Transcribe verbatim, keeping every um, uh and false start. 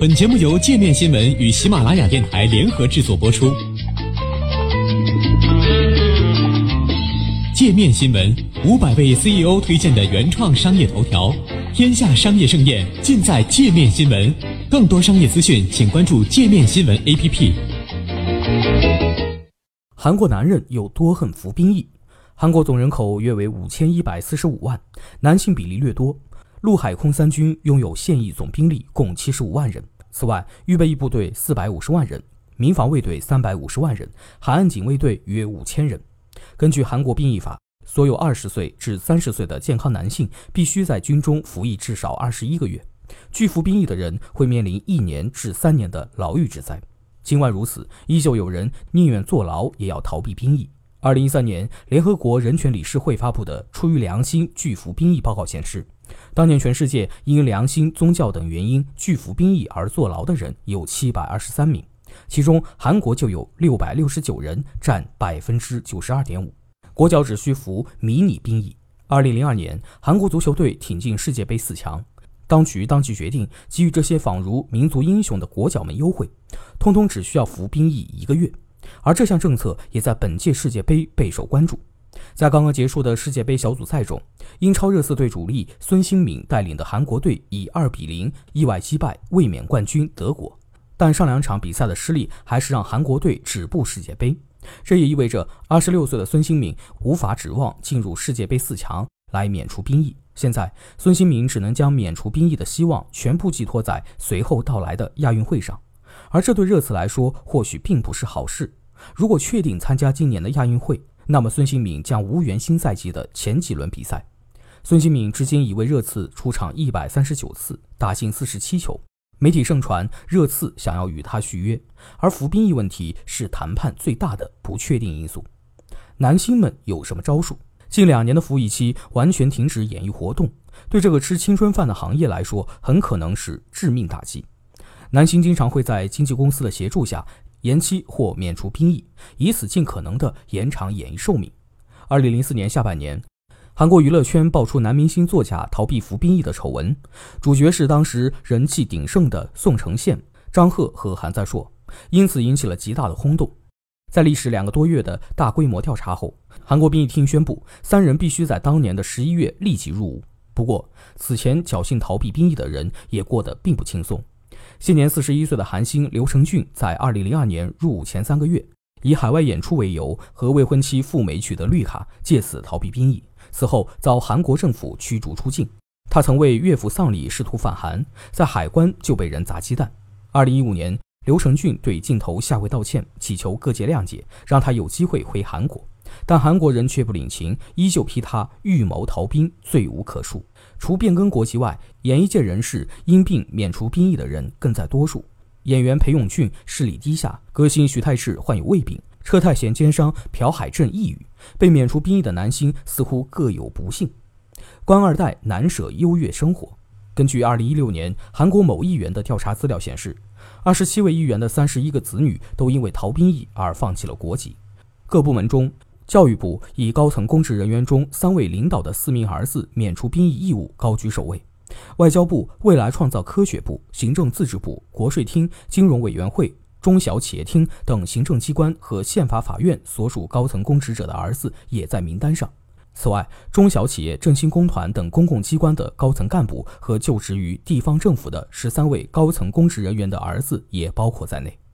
本节目由界面新闻与喜马拉雅电台联合制作播出。界面新闻五百位 C E O 推荐的原创商业头条，天下商业盛宴尽在界面新闻。更多商业资讯，请关注界面新闻 A P P。 韩国男人有多恨服兵役？韩国总人口约为五千一百四十五万，男性比例略多。陆海空三军拥有现役总兵力共七十五万人，此外，预备役部队四百五十万人，民防卫队三百五十万人，海岸警卫队约五千人。根据韩国兵役法，所有二十岁至三十岁的健康男性必须在军中服役至少二十一个月。拒服兵役的人会面临一年至三年的牢狱之灾。尽管如此，依旧有人宁愿坐牢也要逃避兵役。二零一三年，联合国人权理事会发布的出于良心拒服兵役报告显示，当年全世界因良心、宗教等原因拒服兵役而坐牢的人有七百二十三名，其中韩国就有六百六十九人，占 百分之九十二点五。 国脚只需服迷你兵役。二零零二年，韩国足球队挺进世界杯四强，当局当即决定给予这些仿如民族英雄的国脚们优惠，通通只需要服兵役一个月。而这项政策也在本届世界杯备受关注。在刚刚结束的世界杯小组赛中，英超热刺队主力孙兴慜带领的韩国队以二比零意外击败卫冕冠军德国，但上两场比赛的失利还是让韩国队止步世界杯。这也意味着二十六岁的孙兴慜无法指望进入世界杯四强来免除兵役。现在孙兴慜只能将免除兵役的希望全部寄托在随后到来的亚运会上，而这对热刺来说或许并不是好事。如果确定参加今年的亚运会，那么孙兴慜将无缘新赛季的前几轮比赛。孙兴慜至今已为热刺出场一百三十九次，打进四十七球。媒体盛传热刺想要与他续约，而服兵役问题是谈判最大的不确定因素。男星们有什么招数？近两年的服役期完全停止演艺活动，对这个吃青春饭的行业来说很可能是致命打击。男星经常会在经纪公司的协助下延期或免除兵役，以此尽可能地延长演艺寿命。二零零四年下半年，韩国娱乐圈爆出男明星作假逃避服兵役的丑闻，主角是当时人气鼎盛的宋承宪、张赫和韩在硕，因此引起了极大的轰动。在历时两个多月的大规模调查后，韩国兵役厅宣布三人必须在当年的十一月立即入伍。不过，此前侥幸逃避兵役的人也过得并不轻松。现年四十一岁的韩星刘承俊在二零零二年入伍前三个月，以海外演出为由和未婚妻赴美取得绿卡，借此逃避兵役。此后遭韩国政府驱逐出境。他曾为岳父丧礼试图返韩，在海关就被人砸鸡蛋。二零一五年，刘承俊对镜头下跪道歉，祈求各界谅解，让他有机会回韩国。但韩国人却不领情，依旧批他预谋逃兵，罪无可恕。除变更国籍外，演艺界人士因病免除兵役的人更在多数。演员裴勇俊视力低下，歌星徐太志患有胃病，车太贤奸商朴海镇抑郁，被免除兵役的男星似乎各有不幸。官二代难舍优越生活。根据二零一六年韩国某议员的调查资料显示，二十七位议员的三十一个子女都因为逃兵役而放弃了国籍。各部门中，教育部以高层公职人员中三位领导的四名儿子免除兵役义务高居首位。外交部、未来创造科学部、行政自治部、国税厅、金融委员会、中小企业厅等行政机关和宪法法院所属高层公职者的儿子也在名单上。此外，中小企业振兴工团等公共机关的高层干部和就职于地方政府的十三位高层公职人员的儿子也包括在内。